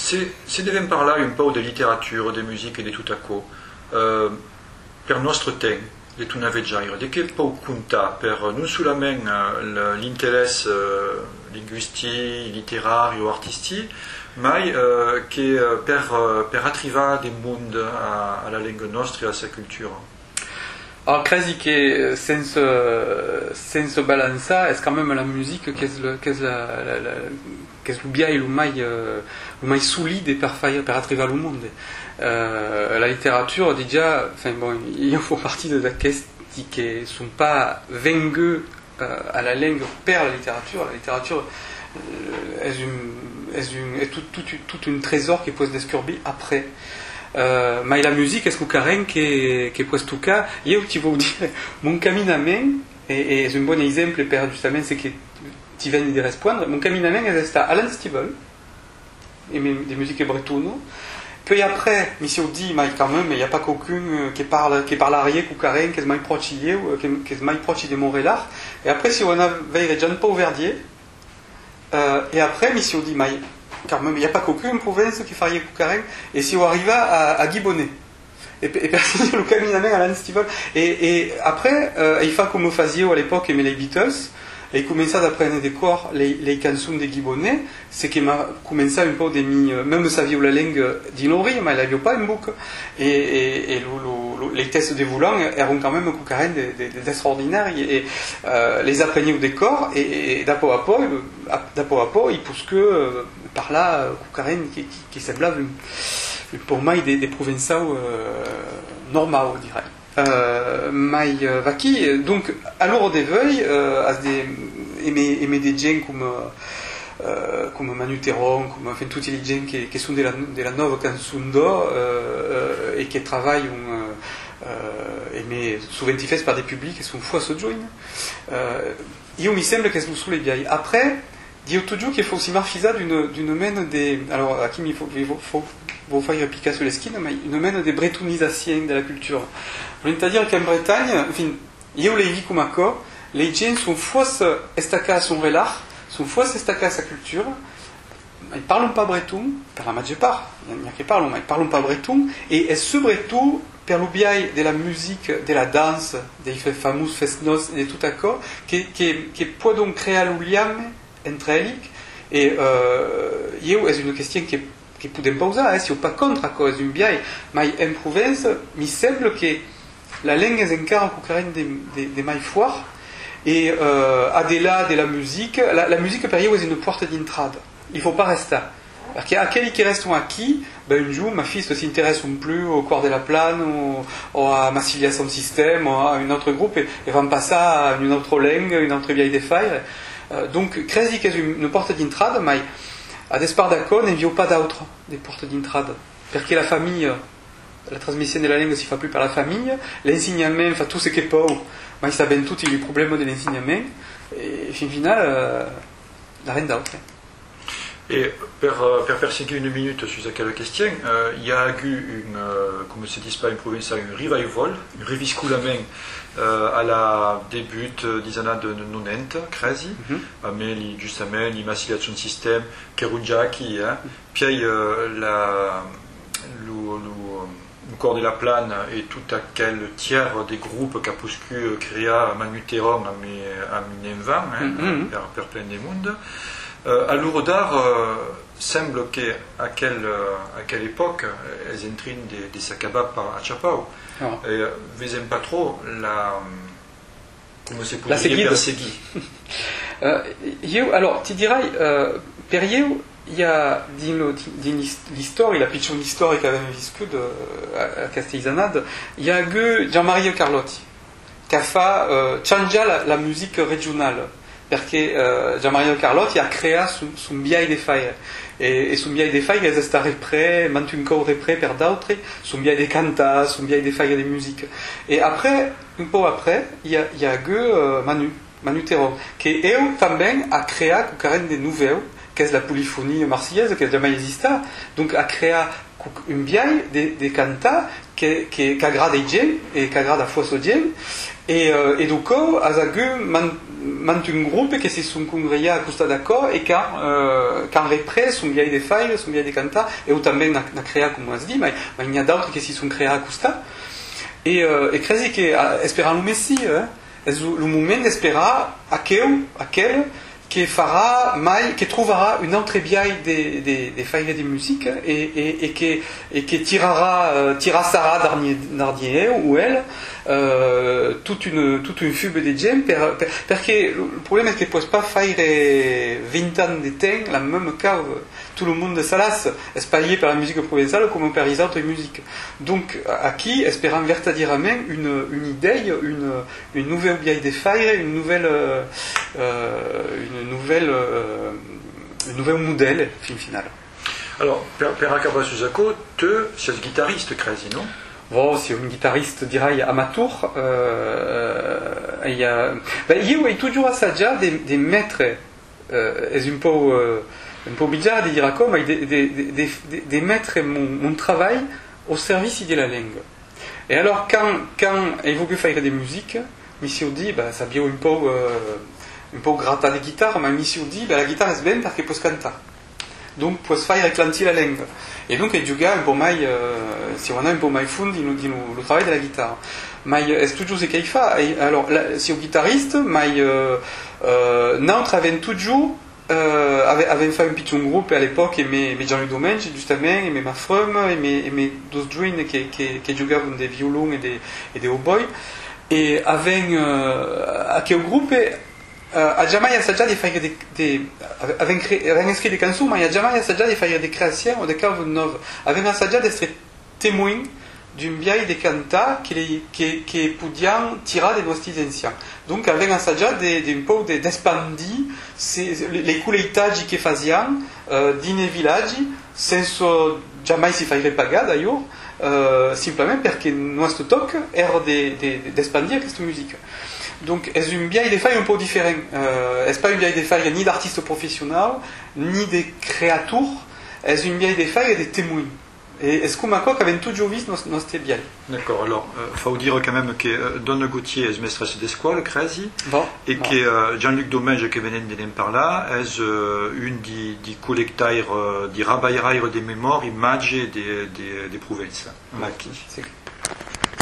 se devem parlar un po' de letteratura, de musica e di tutto per nostro tempo, di una veggiaira, di che può contare per non solamente l'interesse linguistico, letterario, artistico, ma che per arrivare del mondo alla lingua nostra e alla sua cultura. Alors, quasi che senza balanza, è quand même la musique che è l'ubiai mai solide per arrivare al mondo. La letteratura, déjà, io fa partie de questi che sono pas vengu alla lingua per la letteratura. La letteratura è tutto un trésor che può descobrir après. Ma la musica è un che può toccare. Io ti voglio dire, mon camminament, e è un buon esempio per giustamente che ti vieni di rispondere, mon camminament è stato Alan Stivell, e di musiche bretone. Puis après, monsieur dit, mais quand même, il n'y a pas qu'aucun qui parle arié ou carré, qui est mal proche de Montréal. Et après, si on a veillé Jean Paul Verdier, et après, monsieur dit, mais quand même, il n'y a pas qu'aucune province qui faria Cucaren, et si on arrive à Guy Bonnet, et personne le camino à Alan Stivell, et après, il fait comme faisait à l'époque, mais les Beatles, et il commençait à apprendre des corps les chansons de Guy Bonnet, c'est qu'il m'a commencé un peu même savait la langue d'Inori, mais il n'avait pas une boucle, et les tests de volant étaient quand même Cucaren d'extraordinaire, et les apprenait des corps, et d'apo à peu, il pousse que par là, Cucaren qui semblait pour moi des provençaux normaux, on dirait. Mais vaki, donc à l'heure des veilles, aimer des gens comme Manu Terron, comme enfin tous les gens qui sont de la nouvelle canzone d'or et qui travaillent mais souvent faits par des publics qui sont fois se joignent. Il me semble que c'est sous les vieilles. Après, il toujours qu'il faut aussi marcher d'une mène des. Alors, à qui il faut faire appliquer sur les skins, mais une mène des bretonisations de la culture. C'est-à-dire qu'en Bretagne, enfin, il y a les vies comme accord, les gens sont fausses estacas à son relard, sont fausses estacas à sa culture, ils ne parlent pas breton, per la maggior part, il y a qui parlent, mais ils ne parlent pas breton, et ce breton, per l'ubiai de la musique, de la danse, des fameux festnos, et tout accord, qui peut donc créer l'uliam entre elles, et il y a une question qui peut pas usare, si on pas contre à cause d'un biais, mais en province, il semble que la langue est encore des mai foires, et au-delà de la musique per io è une porte d'entrada. Il faut pas rester. Parce qu'à quelli qui restent acquis, un jour, ma fille s'intéresse plus au corps de la plane, ou à Massilia son système, ou à un autre groupe, et va passer à une autre langue, une autre vieille des failles. Donc, credi che è une porte d'entrada, mais a despart d'accord, ne vient pas d'autre des portes d'entrada. Perché la famille, la transmission de la langue si fa plus par la famille, l'enseignement fa tout ce che può, ma savent tutti i problemi dell'insegnamento, e fin final, la rien d'autre. Et per perséguir une minute sur cette question, il y a eu comme se dit pas une province, un revival, un revisculamento à la début des années de 90, crasi, mais justement l'immaculation système, Kerunjaki, puis le corps de la plane et tout aquel tiers des groupes qu'a pu créer Manu Terron à 1920, per plein du monde. À l'Urodar, semble qu'à quelle époque, elles entraient des sacabas par Achapao. Et vous pas trop comment c'est pour dire persegui. Alors, tu dirais, per io, il y a l'histoire, il a pitché une histoire qui avait viscu à Castellanade, il y a Gianmario Carlotti qui a fait changer la musique régionale. Perché Gianmario Carlotti a créé son biais de faille et son biais de faille è stato repris, mantenuto repris per d'autres, son biais de canta, son biais de faille de musique. Et après, un peu après, il y a Manu Terron, qui eu também a créé un de nouveau, qui est la polyphonie marseillaise, qui n'a jamais existé, donc a créé un biais de canta qui agrade ai gens et qui agrade à fois aux gens. e dopo azagu un gruppo che si sono congregati a questo d'accordo e che hanno ripreso un biai di fare, un biai di cantare e o também na creare come si dice, ma il y a d'autres che si sono creati a questo e credo che sperano Messi è il momento di sperare a quel che farà mai, che troverà un autre biais de fare di musica e che tirera Sarah Darnier ou elle toute une fugue de gente perché il problema è che puoi pas fare 20 anni di temps la même cave tout le monde salas espalié par la musique provençale comme per les autres musiques donc aquí esperant verdaderament une idée une nouvelle biais de fare un nouvel modèle final. Alors, per acabar su Zacco, tu sei il guitariste, credi, no? Bon, c'est un guitariste, direi, amateur. Io ho toujours assaggiato di mettere, è un po' bizarre di dire come, di mettere mon travail au service de la langue. Et alors, quand il faut faire des musiques, mi si dit, ça vient un po' gratta di chitarra, ma mi si dit, la chitarra è bene perché puoi cantare. Donc, puoi fare reclanti la lingua. E dunque giocare un po' mai, si on a un po' mai fondi di lo travail della chitarra. Ma è tutto ce che fa. Alors, si un guitariste, ma notre avevamo toujours avevamo fatto un piccolo gruppo all'epoca, e Jean-Luc Domenge, giustamente, e ma Frum, e me dos giovani che giocavano di violon e di hautboy. E avevamo quel gruppo ha jamais assaggiato di fare avevano scritto delle canzoni, ma ha jamais assaggiato di fare delle creazioni o delle cose nuove. Avevano assaggiato di essere témoin d'un biais di cantare che potevano tirare dei nostri anciens. Donc avevano assaggiato un po' di espandere le culeitaggi che facevano nei villaggi senza jamais si fare pagare d'ailleurs, simplement perché il nostro tocco era di espandere questa musica. Donc, c'est un biais de faire un peu différent. C'est pas un biais de faire ni d'artiste professionnel, ni de créateur. C'est un biais de faire des témoins. Et est-ce qu'on quoi qu'avait toujours vu dans ce biais? D'accord, alors, faut dire quand même que Don Gauthier est maîtresse d'école, crasi, bon, et bon. Que Jean-Luc Domenge, qui venait de parler, est une des collectaires, des rabailleurs des mémoires, images des provinces. Bon,